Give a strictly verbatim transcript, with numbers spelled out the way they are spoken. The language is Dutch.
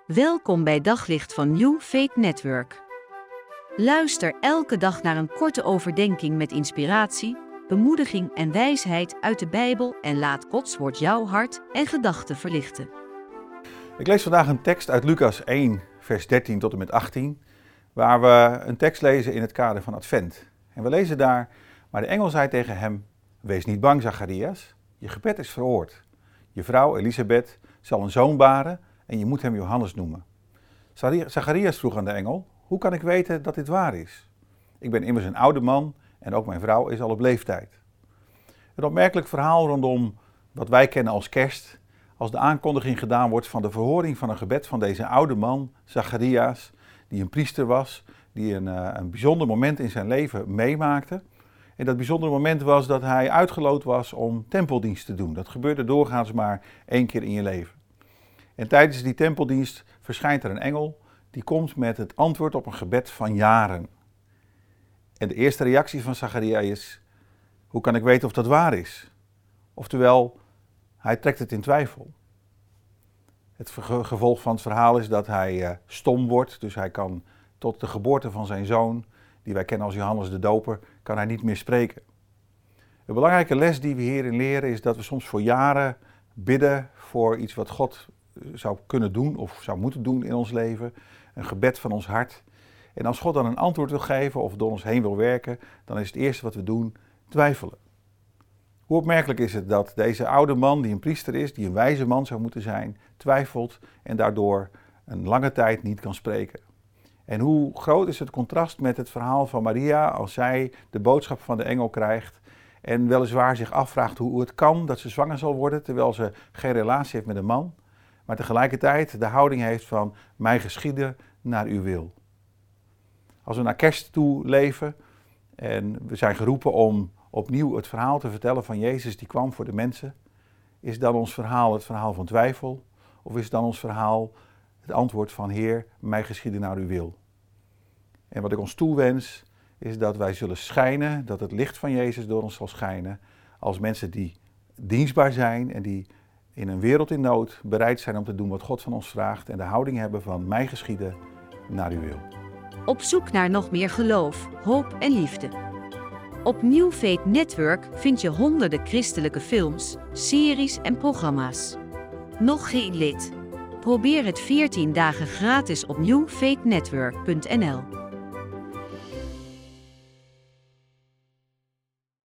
Welkom bij Daglicht van New Faith Network. Luister elke dag naar een korte overdenking met inspiratie, bemoediging en wijsheid uit de Bijbel en laat Gods woord jouw hart en gedachten verlichten. Ik lees vandaag een tekst uit Lucas één, vers dertien tot en met achttien, waar we een tekst lezen in het kader van Advent. En we lezen daar, maar de engel zei tegen hem, wees niet bang, Zacharias, je gebed is verhoord. Je vrouw Elisabeth zal een zoon baren en je moet hem Johannes noemen. Zacharias vroeg aan de engel, hoe kan ik weten dat dit waar is? Ik ben immers een oude man en ook mijn vrouw is al op leeftijd. Een opmerkelijk verhaal rondom wat wij kennen als kerst, als de aankondiging gedaan wordt van de verhoring van een gebed van deze oude man, Zacharias, die een priester was, die een, uh, een bijzonder moment in zijn leven meemaakte. En dat bijzondere moment was dat hij uitgeloot was om tempeldienst te doen. Dat gebeurde doorgaans maar één keer in je leven. En tijdens die tempeldienst verschijnt er een engel die komt met het antwoord op een gebed van jaren. En de eerste reactie van Zacharias is, hoe kan ik weten of dat waar is? Oftewel, hij trekt het in twijfel. Het gevolg van het verhaal is dat hij uh, stom wordt, dus hij kan tot de geboorte van zijn zoon, die wij kennen als Johannes de Doper, kan hij niet meer spreken. Een belangrijke les die we hierin leren is dat we soms voor jaren bidden voor iets wat God zou kunnen doen of zou moeten doen in ons leven. Een gebed van ons hart. En als God dan een antwoord wil geven of door ons heen wil werken, dan is het eerste wat we doen twijfelen. Hoe opmerkelijk is het dat deze oude man, die een priester is, die een wijze man zou moeten zijn, twijfelt en daardoor een lange tijd niet kan spreken. En hoe groot is het contrast met het verhaal van Maria als zij de boodschap van de engel krijgt en weliswaar zich afvraagt hoe het kan dat ze zwanger zal worden terwijl ze geen relatie heeft met een man, maar tegelijkertijd de houding heeft van mij geschieden naar uw wil. Als we naar kerst toe leven en we zijn geroepen om opnieuw het verhaal te vertellen van Jezus die kwam voor de mensen, is dan ons verhaal het verhaal van twijfel of is dan ons verhaal het antwoord van Heer, mij geschieden naar uw wil? En wat ik ons toewens is dat wij zullen schijnen, dat het licht van Jezus door ons zal schijnen als mensen die dienstbaar zijn en die in een wereld in nood bereid zijn om te doen wat God van ons vraagt en de houding hebben van mij geschieden naar uw wil. Op zoek naar nog meer geloof, hoop en liefde. Op New Faith Network vind je honderden christelijke films, series en programma's. Nog geen lid? Probeer het veertien dagen gratis op new faith network punt n l.